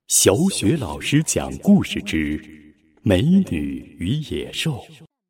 小雪老师讲故事之美女与野兽。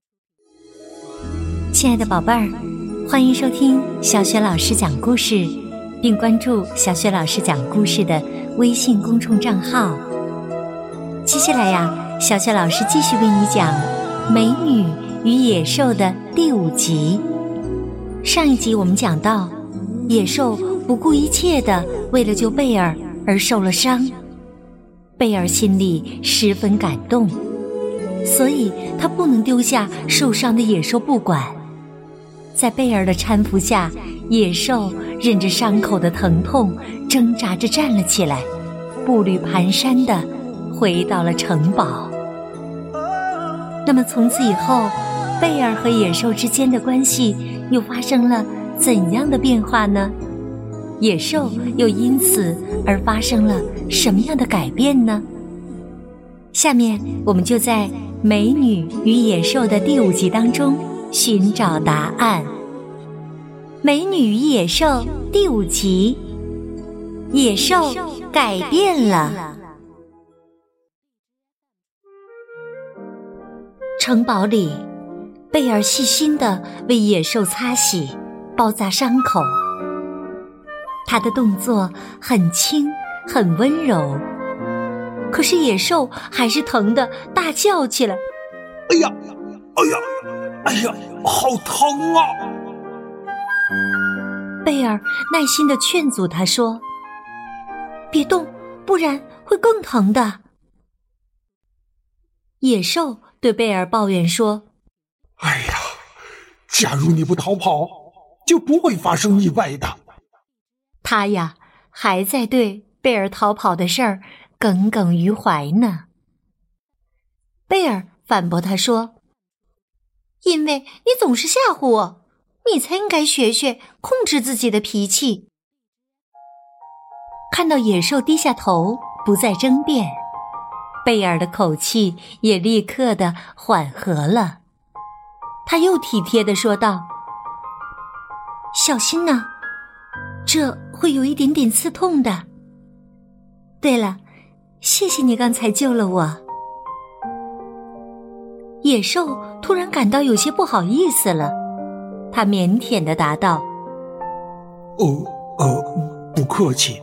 亲爱的宝贝儿，欢迎收听小雪老师讲故事，并关注小雪老师讲故事的微信公众账号。接下来呀，小雪老师继续为你讲《美女与野兽》的第5集。上一集我们讲到，野兽不顾一切地为了救贝尔而受了伤，贝尔心里十分感动，所以他不能丢下受伤的野兽不管。在贝尔的搀扶下，野兽忍着伤口的疼痛，挣扎着站了起来，步履蹒跚地回到了城堡。那么从此以后，贝尔和野兽之间的关系又发生了怎样的变化呢？野兽又因此而发生了什么样的改变呢？下面我们就在《美女与野兽》的第5集当中寻找答案。《美女与野兽》第5集，野兽改变了。城堡里，贝尔细心地为野兽擦洗、包扎伤口。他的动作很轻很温柔，可是野兽还是疼得大叫起来： 哎呀哎呀哎呀，好疼啊！ 贝尔耐心地劝阻他说：别动，不然会更疼的。野兽对贝尔抱怨说： 哎呀，假如你不逃跑，就不会发生意外的。 他呀，还在对贝尔逃跑的事儿耿耿于怀呢。贝尔反驳他说：因为你总是吓唬我，你才应该学学控制自己的脾气。看到野兽低下头不再争辩，贝尔的口气也立刻地缓和了。他又体贴地说道：小心呐，这会有一点点刺痛的。对了，谢谢你刚才救了我。野兽突然感到有些不好意思了，他腼腆地答道： 不客气。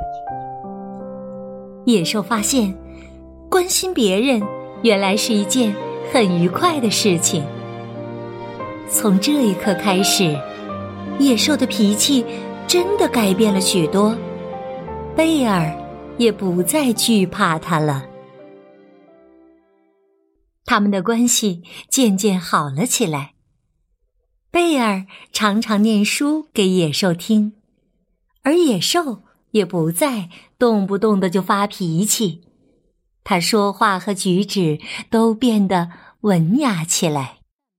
野兽发现关心别人原来是一件很愉快的事情。从这一刻开始，野兽的脾气真的改变了许多，贝尔也不再惧怕他了。他们的关系渐渐好了起来。贝尔常常念书给野兽听，而野兽也不再动不动的就发脾气，他说话和举止都变得文雅起来。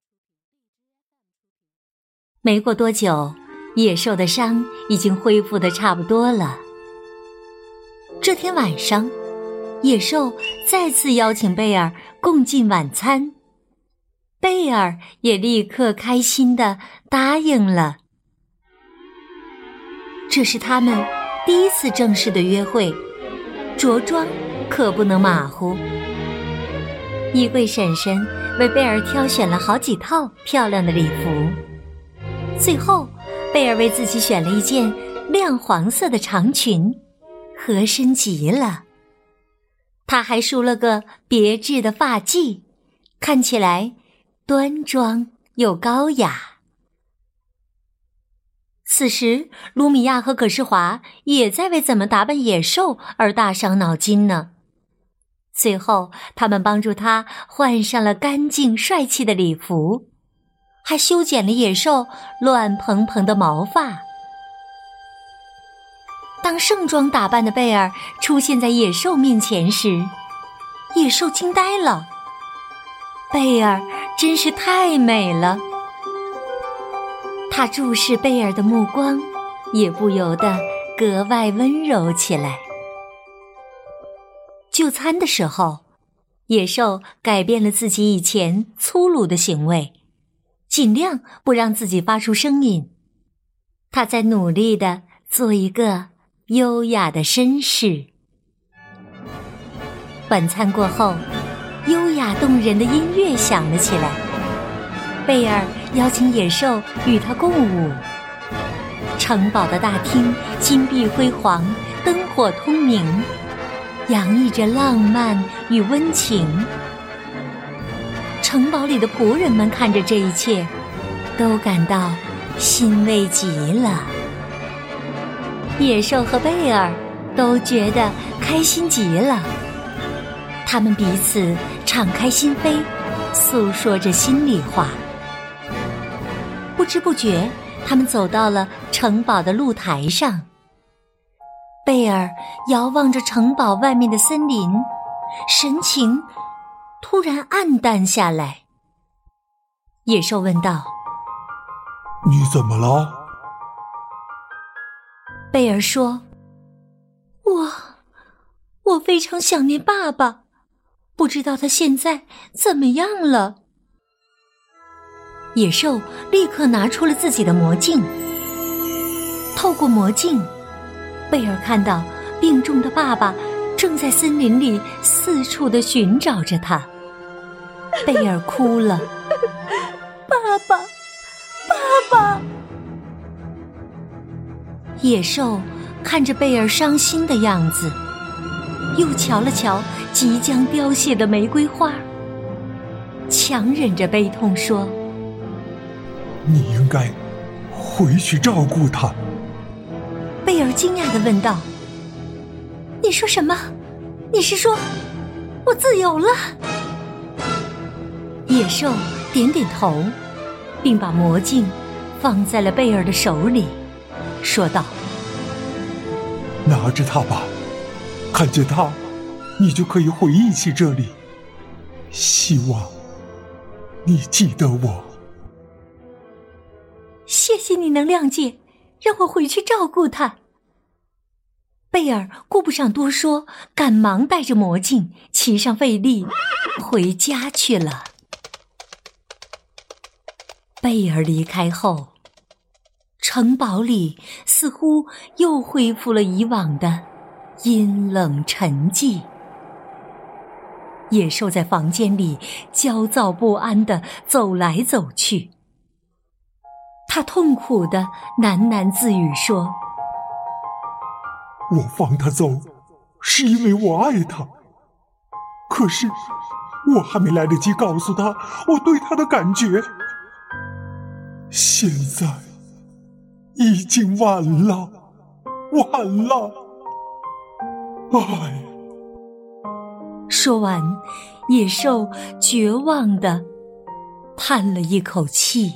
没过多久，野兽的伤已经恢复得差不多了。这天晚上，野兽再次邀请贝尔共进晚餐，贝尔也立刻开心地答应了。这是他们第一次正式的约会，着装可不能马虎。衣柜婶婶为贝尔挑选了好几套漂亮的礼服，最后贝尔为自己选了一件亮黄色的长裙，合身极了。他还梳了个别致的发髻，看起来端庄又高雅。此时，卢米亚和葛世华也在为怎么打扮野兽而大伤脑筋呢。最后，他们帮助他换上了干净帅气的礼服，还修剪了野兽乱蓬蓬的毛发。当盛装打扮的贝尔出现在野兽面前时，野兽惊呆了。贝尔真是太美了，他注视贝尔的目光也不由得格外温柔起来。就餐的时候，野兽改变了自己以前粗鲁的行为，尽量不让自己发出声音。他在努力地做一个优雅的绅士。 晚餐过后，优雅动人的音乐响了起来。贝尔邀请野兽与他共舞。城堡的大厅金碧辉煌，灯火通明，洋溢着浪漫与温情。城堡里的仆人们看着这一切，都感到欣慰极了。野兽和贝尔都觉得开心极了，他们彼此敞开心扉，诉说着心里话。不知不觉，他们走到了城堡的露台上。贝尔遥望着城堡外面的森林，神情突然暗淡下来。野兽问道：“ 你怎么了？” 贝尔说：“我非常想念爸爸，不知道他现在怎么样了。”野兽立刻拿出了自己的魔镜。透过魔镜，贝尔看到病重的爸爸正在森林里四处地寻找着他。贝尔哭了：“爸爸，爸爸！”野兽看着贝尔伤心的样子，又瞧了瞧即将凋谢的玫瑰花，强忍着悲痛说：“ 你应该回去照顾他。” 贝尔惊讶地问道：“你说什么？你是说我自由了？”野兽点点头，并把魔镜放在了贝尔的手里，说道：“ 拿着它吧，看见它，你就可以回忆起这里。希望你记得我。” 谢谢你能谅解，让我回去照顾他。贝尔顾不上多说，赶忙带着魔镜骑上费力回家去了。贝尔离开后，城堡里似乎又恢复了以往的阴冷沉寂。野兽在房间里焦躁不安地走来走去，他痛苦地喃喃自语说：“ 我放他走，是因为我爱他。可是，我还没来得及告诉他我对他的感觉。现在，已经晚了，晚了。唉。” 说完，野兽绝望地叹了一口气。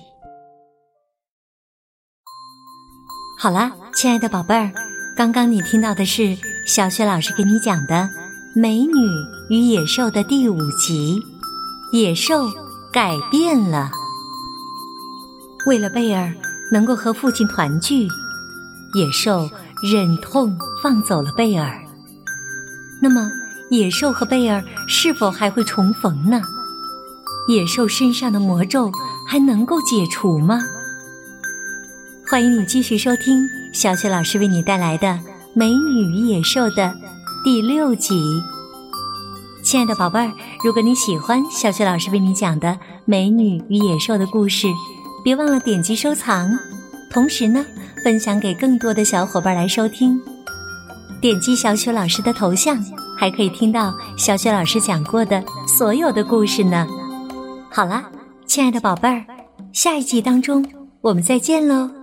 好啦，亲爱的宝贝儿，刚刚你听到的是小雪老师给你讲的《美女与野兽》的第5集。野兽改变了。为了贝尔能够和父亲团聚，野兽忍痛放走了贝尔。那么，野兽和贝尔是否还会重逢呢？野兽身上的魔咒还能够解除吗？欢迎你继续收听小雪老师为你带来的《美女与野兽》的第6集。亲爱的宝贝儿，如果你喜欢小雪老师为你讲的《美女与野兽》的故事，别忘了点击收藏，同时呢，分享给更多的小伙伴来收听。点击小雪老师的头像，还可以听到小雪老师讲过的所有的故事呢。好啦，亲爱的宝贝儿，下一集当中我们再见喽。